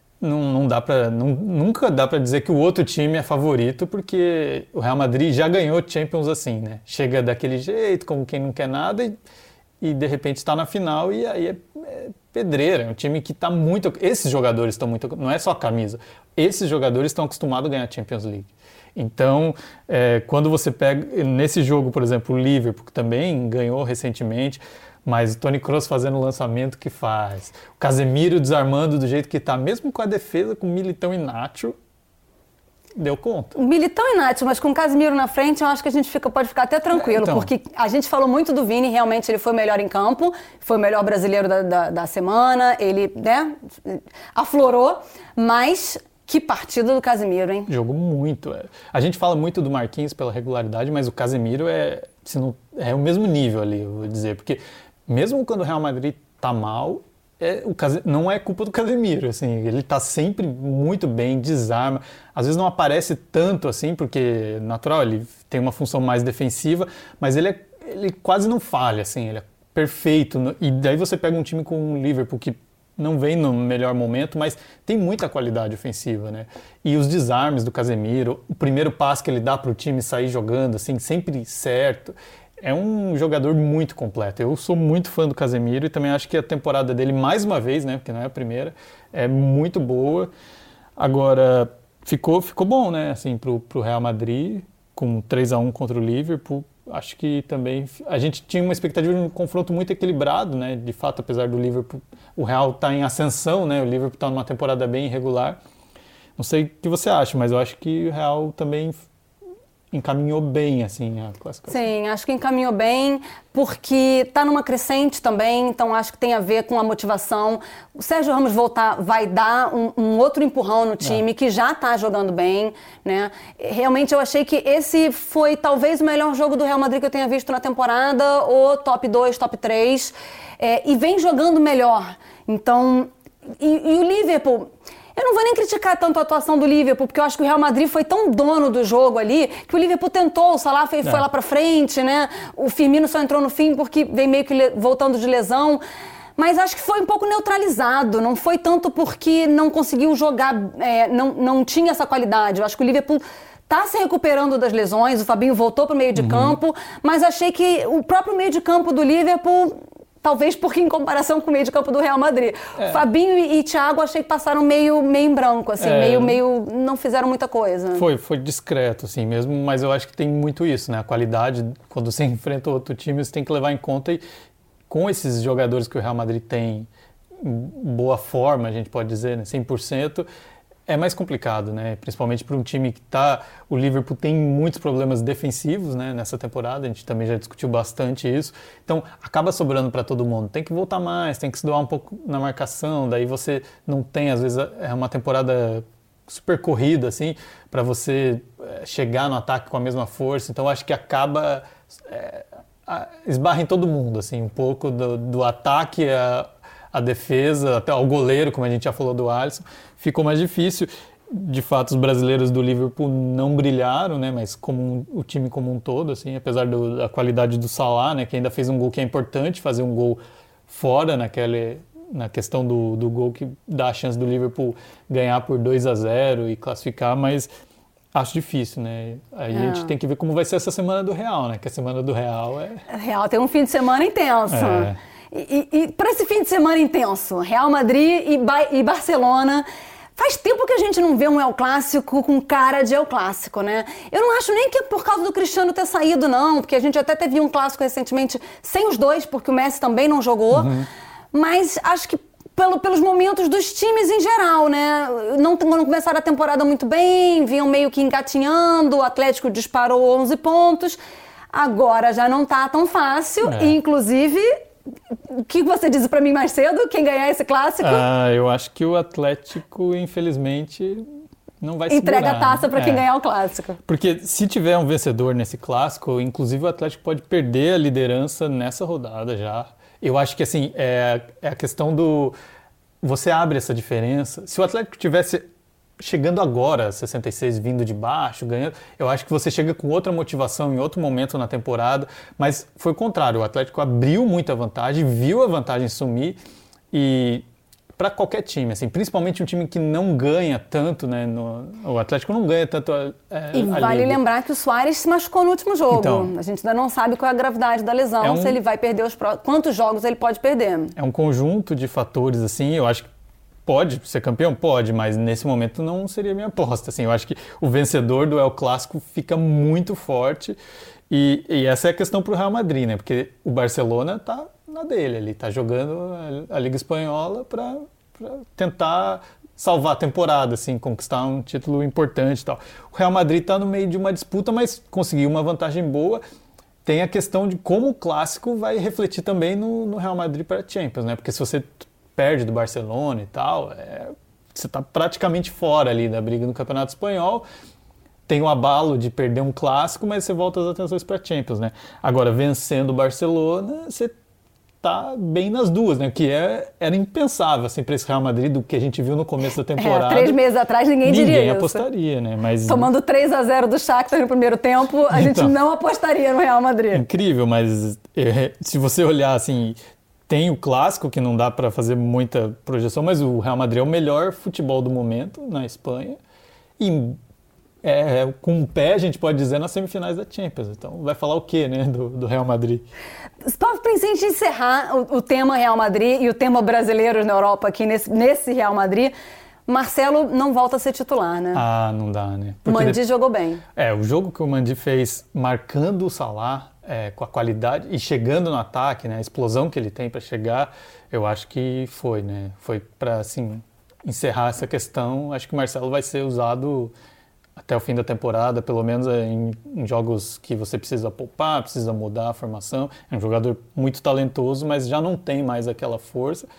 nunca dá para dizer que o outro time é favorito, porque o Real Madrid já ganhou Champions assim, né? Chega daquele jeito, como quem não quer nada, e de repente está na final, e aí é pedreira. É um time que está muito... Esses jogadores estão muito... Não é só a camisa. Esses jogadores estão acostumados a ganhar Champions League. Então, quando você pega... Nesse jogo, por exemplo, o Liverpool, que também ganhou recentemente... Mas o Toni Kroos fazendo o lançamento que faz, o Casemiro desarmando do jeito que está, mesmo com a defesa, com Militão e Nacho, deu conta. Militão e Nacho, mas com o Casemiro na frente, eu acho que a gente pode ficar até tranquilo, porque a gente falou muito do Vini, realmente ele foi o melhor em campo, foi o melhor brasileiro da semana, ele, né, aflorou, mas... Que partida do Casemiro, hein? Jogou muito. A gente fala muito do Marquinhos pela regularidade, mas o Casemiro é o mesmo nível ali, eu vou dizer, porque mesmo quando o Real Madrid tá mal, não é culpa do Casemiro, assim, ele tá sempre muito bem, desarma, às vezes não aparece tanto assim, porque natural, ele tem uma função mais defensiva, mas ele quase não falha, assim, ele é perfeito, e daí você pega um time com o Liverpool que não vem no melhor momento, mas tem muita qualidade ofensiva, né? E os desarmes do Casemiro, o primeiro passe que ele dá para o time sair jogando, assim, sempre certo. É um jogador muito completo. Eu sou muito fã do Casemiro e também acho que a temporada dele, mais uma vez, né? Porque não é a primeira, é muito boa. Agora, ficou bom, né? Assim, pro Real Madrid, com 3-1 contra o Liverpool. Acho que também a gente tinha uma expectativa de um confronto muito equilibrado, né? De fato, apesar do Liverpool, o Real está em ascensão, né? O Liverpool está numa temporada bem irregular. Não sei o que você acha, mas eu acho que o Real também encaminhou bem, assim, a classificação. Sim, acho que encaminhou bem, porque está numa crescente também, então acho que tem a ver com a motivação. O Sérgio Ramos voltar vai dar um outro empurrão no time, que já está jogando bem, né? Realmente eu achei que esse foi talvez o melhor jogo do Real Madrid que eu tenha visto na temporada, ou top 2, top 3, e vem jogando melhor. Então, e o Liverpool... Eu não vou nem criticar tanto a atuação do Liverpool, porque eu acho que o Real Madrid foi tão dono do jogo ali, que o Liverpool tentou, o Salah foi lá pra frente, né? O Firmino só entrou no fim porque vem meio que voltando de lesão. Mas acho que foi um pouco neutralizado, não foi tanto porque não conseguiu jogar, não tinha essa qualidade. Eu acho que o Liverpool está se recuperando das lesões, o Fabinho voltou para o meio de campo, mas achei que o próprio meio de campo do Liverpool... Talvez porque em comparação com o meio de campo do Real Madrid. Fabinho e Thiago achei que passaram meio em branco, assim, meio não fizeram muita coisa. Foi discreto, assim mesmo, mas eu acho que tem muito isso, né? A qualidade, quando você enfrenta outro time, você tem que levar em conta, e com esses jogadores que o Real Madrid tem em boa forma, a gente pode dizer, né? 100%, é mais complicado, né? Principalmente para um time que tá... O Liverpool tem muitos problemas defensivos, né, nessa temporada, a gente também já discutiu bastante isso. Então, acaba sobrando para todo mundo. Tem que voltar mais, tem que se doar um pouco na marcação, daí você não tem, às vezes, é uma temporada super corrida, assim, para você chegar no ataque com a mesma força. Então, acho que acaba... esbarra em todo mundo, assim, um pouco do ataque a defesa, até ao goleiro, como a gente já falou do Alisson, ficou mais difícil. De fato, os brasileiros do Liverpool não brilharam, né? Mas como o time como um todo, assim, apesar da qualidade do Salah, né? Que ainda fez um gol que é importante, fazer um gol fora na questão do gol que dá a chance do Liverpool ganhar por 2-0 e classificar, mas acho difícil, né? Aí a gente tem que ver como vai ser essa semana do Real, né? Que a semana do Real Real tem um fim de semana intenso. E para esse fim de semana intenso, Real Madrid e Barcelona, faz tempo que a gente não vê um El Clássico com cara de El Clássico, né? Eu não acho nem que é por causa do Cristiano ter saído, não, porque a gente até teve um clássico recentemente sem os dois, porque o Messi também não jogou, mas acho que pelos momentos dos times em geral, né? Não começaram a temporada muito bem, vinham meio que engatinhando, o Atlético disparou 11 pontos, agora já não tá tão fácil, e inclusive... O que você disse para mim mais cedo? Quem ganhar esse clássico? Eu acho que o Atlético, infelizmente, não vai segurar. Entrega a taça para quem ganhar o clássico. Porque se tiver um vencedor nesse clássico, inclusive o Atlético pode perder a liderança nessa rodada já. Eu acho que assim, é a questão do... Você abre essa diferença. Se o Atlético tivesse chegando agora, 66, vindo de baixo, ganhando, eu acho que você chega com outra motivação em outro momento na temporada, mas foi o contrário, o Atlético abriu muita vantagem, viu a vantagem sumir e para qualquer time, assim, principalmente um time que não ganha tanto, né, o Atlético não ganha tanto e vale lembrar que o Suárez se machucou no último jogo, então, a gente ainda não sabe qual é a gravidade da lesão, se ele vai perder quantos jogos ele pode perder. É um conjunto de fatores, assim, eu acho que pode ser campeão? Pode, mas nesse momento não seria minha aposta. Assim, eu acho que o vencedor do El Clássico fica muito forte e essa é a questão para o Real Madrid, né? Porque o Barcelona está na dele, ele está jogando a Liga Espanhola para tentar salvar a temporada, assim, conquistar um título importante e tal. O Real Madrid está no meio de uma disputa, mas conseguiu uma vantagem boa. Tem a questão de como o Clássico vai refletir também no Real Madrid para a Champions, né? Porque se você perde do Barcelona e tal, você está praticamente fora ali da briga no Campeonato Espanhol, tem o abalo de perder um clássico, mas você volta as atenções para a Champions, né? Agora, vencendo o Barcelona, você tá bem nas duas, né? Que era impensável, assim, para esse Real Madrid, do que a gente viu no começo da temporada. 3 meses atrás ninguém diria isso. Ninguém apostaria, né? Mas... Tomando 3-0 do Shakhtar no primeiro tempo, a gente não apostaria no Real Madrid. Incrível, mas se você olhar, assim... Tem o clássico, que não dá para fazer muita projeção, mas o Real Madrid é o melhor futebol do momento na Espanha. E com o pé, a gente pode dizer, nas semifinais da Champions. Então, vai falar o quê, né, do Real Madrid? Para a gente encerrar o tema Real Madrid e o tema brasileiros na Europa aqui nesse Real Madrid, Marcelo não volta a ser titular, né? Não dá, né? O Mandi jogou bem. O jogo que o Mandi fez marcando o Salah, com a qualidade e chegando no ataque, né, a explosão que ele tem para chegar, eu acho que foi, né? Foi para, assim, encerrar essa questão. Acho que o Marcelo vai ser usado até o fim da temporada, pelo menos em jogos que você precisa poupar, precisa mudar a formação. É um jogador muito talentoso, mas já não tem mais aquela força.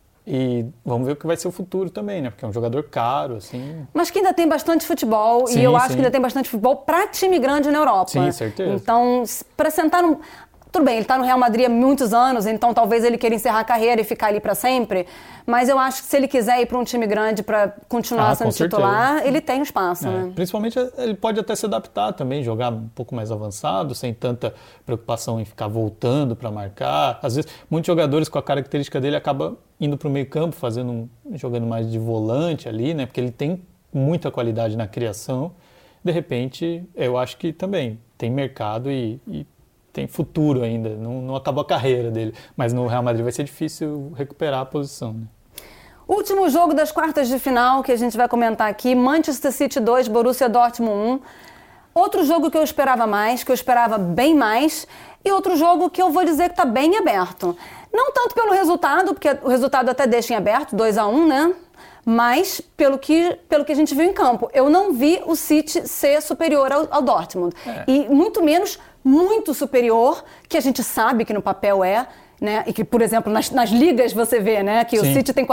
E vamos ver o que vai ser o futuro também, né? Porque é um jogador caro, assim. Mas que ainda tem bastante futebol, e eu acho que ainda tem bastante futebol para time grande na Europa. Sim, certeza. Então, para sentar no... Tudo bem, ele está no Real Madrid há muitos anos, então talvez ele queira encerrar a carreira e ficar ali para sempre. Mas eu acho que se ele quiser ir para um time grande para continuar sendo titular, ele tem espaço, né? Principalmente ele pode até se adaptar também, jogar um pouco mais avançado, sem tanta preocupação em ficar voltando para marcar. Às vezes, muitos jogadores com a característica dele acabam indo para o meio campo, jogando mais de volante ali, né? Porque ele tem muita qualidade na criação. De repente, eu acho que também tem mercado e tem futuro ainda, não acabou a carreira dele, mas no Real Madrid vai ser difícil recuperar a posição, né? Último jogo das quartas de final que a gente vai comentar aqui, Manchester City 2, Borussia Dortmund 1. Outro jogo que eu esperava mais, que eu esperava bem mais, e outro jogo que eu vou dizer que está bem aberto. Não tanto pelo resultado, porque o resultado até deixa em aberto, 2-1, né? mas pelo que a gente viu em campo. Eu não vi o City ser superior ao Dortmund. E muito menos muito superior, que a gente sabe que no papel é, né? E que, por exemplo, nas ligas você vê, né? Que Sim. o City tem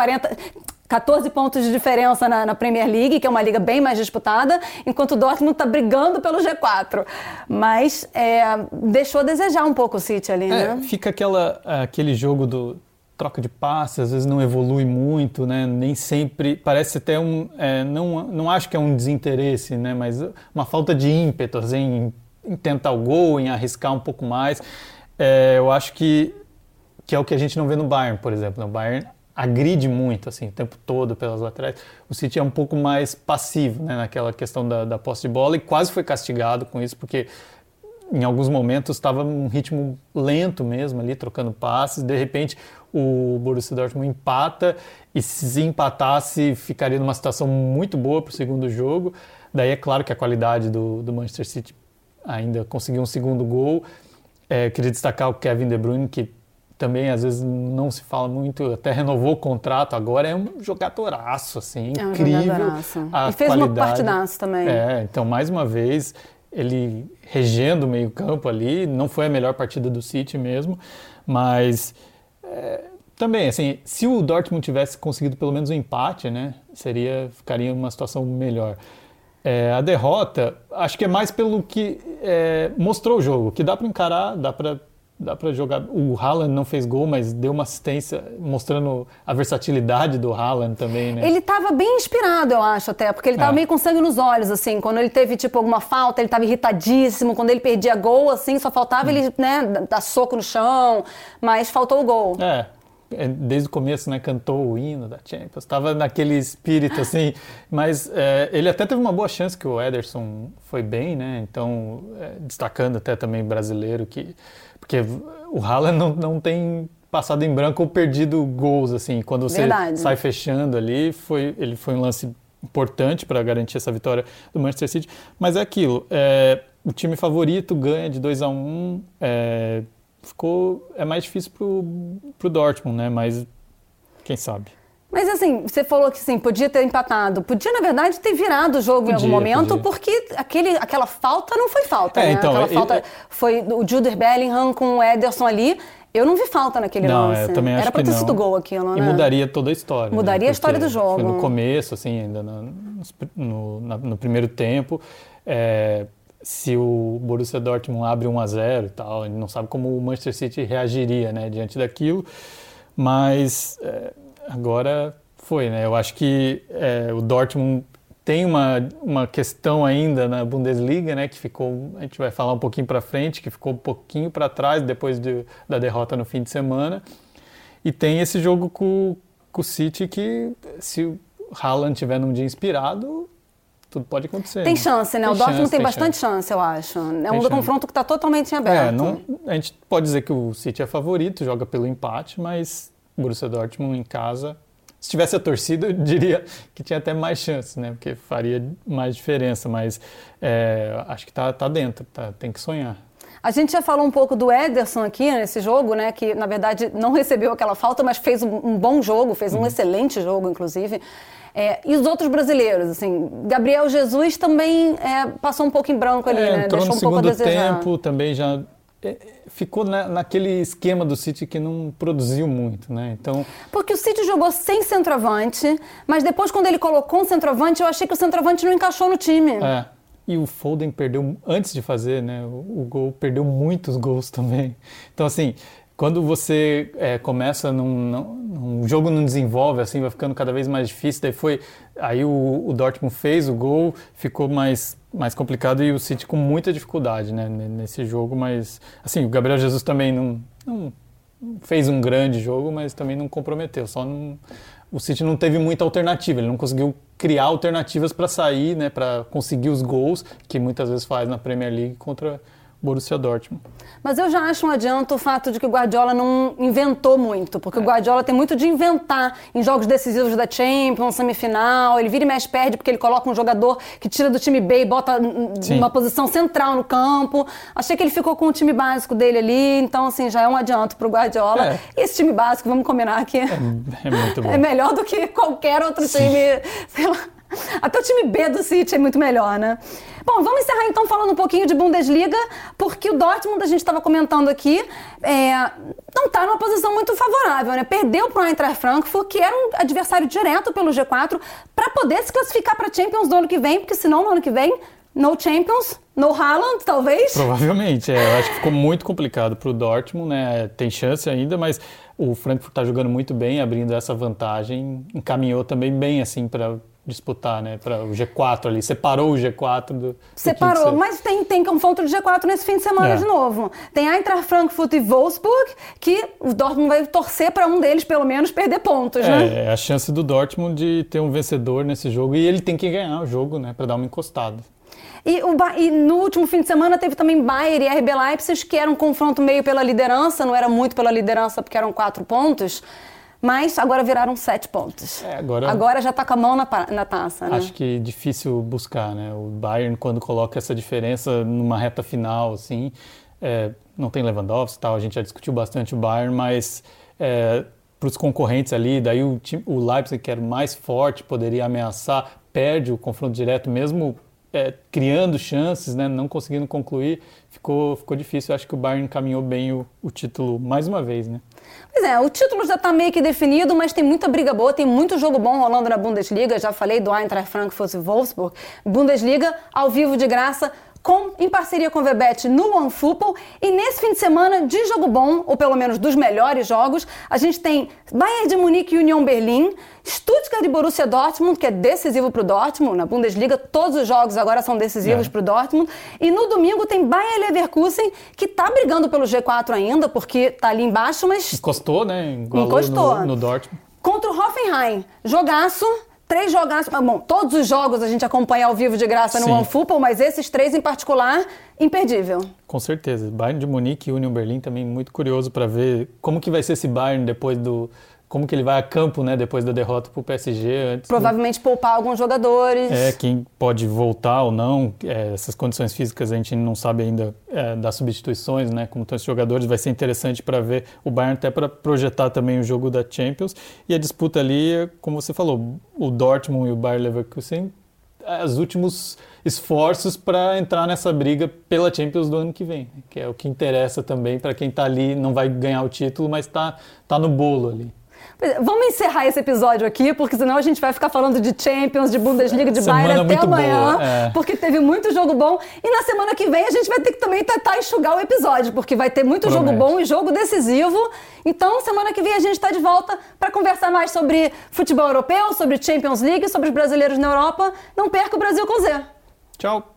14 pontos de diferença na Premier League, que é uma liga bem mais disputada, enquanto o Dortmund está brigando pelo G4. Mas deixou a desejar um pouco o City ali, né? Fica aquele jogo do troca de passes, às vezes não evolui muito, né? Nem sempre, parece até não acho que é um desinteresse, né? Mas uma falta de ímpeto, assim, em tentar o gol, em arriscar um pouco mais. Eu acho que é o que a gente não vê no Bayern, por exemplo. No Bayern agride muito, assim, o tempo todo pelas laterais. O City é um pouco mais passivo, né? Naquela questão da posse de bola, e quase foi castigado com isso, porque em alguns momentos estava um ritmo lento mesmo ali, trocando passes. De repente, o Borussia Dortmund empata, e se empatasse, ficaria numa situação muito boa para o segundo jogo. Daí é claro que a qualidade do Manchester City ainda conseguiu um segundo gol. Queria destacar o Kevin De Bruyne, que também às vezes não se fala muito, até renovou o contrato, agora é um jogadoraço, assim, incrível. Jogadoraço. E fez uma partidaça também. Então, mais uma vez, ele regendo o meio-campo ali, não foi a melhor partida do City mesmo, mas também, assim, se o Dortmund tivesse conseguido pelo menos um empate, né, ficaria em uma situação melhor. A derrota, acho que é mais pelo que mostrou o jogo, que dá para encarar, dá para jogar. O Haaland não fez gol, mas deu uma assistência mostrando a versatilidade do Haaland também, né? Ele estava bem inspirado, eu acho, até, porque ele estava meio com sangue nos olhos, assim. Quando ele teve, alguma falta, ele estava irritadíssimo. Quando ele perdia gol, assim, só faltava ele, né, dar soco no chão, mas faltou o gol. Desde o começo, né, cantou o hino da Champions, estava naquele espírito, assim, mas ele até teve uma boa chance, que o Ederson foi bem, né, então, destacando até também brasileiro, porque o Haaland não tem passado em branco ou perdido gols, assim, quando você sai fechando ali, ele foi um lance importante para garantir essa vitória do Manchester City, mas é aquilo, o time favorito ganha de 2-1, é mais difícil pro Dortmund, né? Mas quem sabe. Mas assim, você falou que sim, podia ter empatado. Podia, na verdade, ter virado o jogo em algum momento, porque aquela falta não foi falta, né? Então, aquela falta foi o Jude Bellingham com o Ederson ali. Eu não vi falta naquele lance. Eu também acho Era pra que ter sido gol aquilo, né? E mudaria toda a história. Mudaria a história do jogo. Foi no começo, assim, ainda no primeiro tempo. Se o Borussia Dortmund abre 1-0 e tal, a gente não sabe como o Manchester City reagiria, né, diante daquilo, mas agora foi, né? Eu acho que o Dortmund tem uma questão ainda na Bundesliga, né, que ficou, a gente vai falar um pouquinho para frente, que ficou um pouquinho para trás depois da derrota no fim de semana, e tem esse jogo com o City que, se o Haaland tiver num dia inspirado, tudo pode acontecer. Tem chance, né? O Dortmund tem bastante chance, eu acho. É um confronto que está totalmente em aberto. A gente pode dizer que o City é favorito, joga pelo empate, mas o Borussia Dortmund em casa, se tivesse a torcida, eu diria que tinha até mais chance, né? Porque faria mais diferença, mas acho que tá dentro, tem que sonhar. A gente já falou um pouco do Ederson aqui nesse jogo, né? Que, na verdade, não recebeu aquela falta, mas fez um bom jogo, fez um excelente jogo, inclusive. E os outros brasileiros, assim, Gabriel Jesus também passou um pouco em branco ali, né? Entrou Deixou no um pouco a segundo desejar. tempo, também já ficou naquele esquema do City que não produziu muito, né? Então, porque o City jogou sem centroavante, mas depois, quando ele colocou um centroavante, eu achei que o centroavante não encaixou no time. E o Foden perdeu, antes de fazer, né, o gol, perdeu muitos gols também. Então, assim, quando você começa um jogo não desenvolve, assim, vai ficando cada vez mais difícil, aí o Dortmund fez o gol, ficou mais complicado, e o City com muita dificuldade, né, nesse jogo, mas, assim, o Gabriel Jesus também não fez um grande jogo, mas também não comprometeu, o City não teve muita alternativa, ele não conseguiu criar alternativas para sair, né, para conseguir os gols, que muitas vezes faz na Premier League contra Borussia Dortmund. Mas eu já acho um adianto o fato de que o Guardiola não inventou muito, porque o Guardiola tem muito de inventar em jogos decisivos da Champions, semifinal, ele vira e mexe, perde porque ele coloca um jogador que tira do time B e bota uma posição central no campo. Achei que ele ficou com o time básico dele ali, então assim, já é um adianto pro Guardiola. E esse time básico, vamos combinar aqui, é muito bom. É melhor do que qualquer outro time, sei lá. Até o time B do City é muito melhor, né? Bom, vamos encerrar então falando um pouquinho de Bundesliga, porque o Dortmund, a gente estava comentando aqui, não está numa posição muito favorável, né? Perdeu para o Eintracht Frankfurt, que era um adversário direto pelo G4, para poder se classificar para a Champions do ano que vem, porque senão no ano que vem, no Champions, no Haaland, talvez? Provavelmente, eu acho que ficou muito complicado para o Dortmund, né? Tem chance ainda, mas o Frankfurt está jogando muito bem, abrindo essa vantagem, encaminhou também bem assim para disputar, né, para o G4 ali, separou o G4 do Separou, mas tem confronto de G4 nesse fim de semana de novo. Tem Eintracht Frankfurt e Wolfsburg, que o Dortmund vai torcer para um deles, pelo menos, perder pontos, né? É a chance do Dortmund de ter um vencedor nesse jogo, e ele tem que ganhar o jogo, né, para dar uma encostada. E no último fim de semana teve também Bayern e RB Leipzig, que era um confronto meio pela liderança, não era muito pela liderança porque eram 4 pontos, mas agora viraram 7 pontos. Agora já está com a mão na taça, né? Acho que é difícil buscar, né? O Bayern, quando coloca essa diferença numa reta final, assim, não tem Lewandowski e tal, a gente já discutiu bastante o Bayern, mas para os concorrentes ali, daí o Leipzig, que era mais forte, poderia ameaçar, perde o confronto direto, mesmo criando chances, né? Não conseguindo concluir, ficou difícil. Eu acho que o Bayern encaminhou bem o título mais uma vez, né? Pois o título já está meio que definido, mas tem muita briga boa, tem muito jogo bom rolando na Bundesliga. Já falei do Eintracht Frankfurt e Wolfsburg. Bundesliga, ao vivo de graça, em parceria com o VBET no OneFootball. E nesse fim de semana de jogo bom, ou pelo menos dos melhores jogos, a gente tem Bayern de Munique e Union Berlim, Stuttgart e Borussia Dortmund, que é decisivo para o Dortmund. Na Bundesliga, todos os jogos agora são decisivos para o Dortmund. E no domingo tem Bayer Leverkusen, que está brigando pelo G4 ainda, porque está ali embaixo, mas... Encostou, né? Encostou no Dortmund. Contra o Hoffenheim. Jogaço. 3 jogaços, bom, todos os jogos a gente acompanha ao vivo de graça no OneFootball, mas esses 3 em particular, imperdível. Com certeza. Bayern de Munique e Union Berlim também muito curioso para ver como que vai ser esse Bayern depois como que ele vai a campo, né, depois da derrota para o PSG. Provavelmente poupar alguns jogadores. Quem pode voltar ou não, essas condições físicas a gente não sabe ainda das substituições, né, como estão esses jogadores, vai ser interessante para ver o Bayern até para projetar também o jogo da Champions. E a disputa ali, como você falou, o Dortmund e o Bayer Leverkusen, os últimos esforços para entrar nessa briga pela Champions do ano que vem, que é o que interessa também para quem está ali, não vai ganhar o título, mas está no bolo ali. Vamos encerrar esse episódio aqui, porque senão a gente vai ficar falando de Champions, de Bundesliga, de Bayern até amanhã, porque teve muito jogo bom. E na semana que vem a gente vai ter que também tentar enxugar o episódio, porque vai ter muito jogo bom e jogo decisivo. Então, semana que vem a gente está de volta para conversar mais sobre futebol europeu, sobre Champions League, sobre os brasileiros na Europa. Não perca o Brasil com Z. Tchau!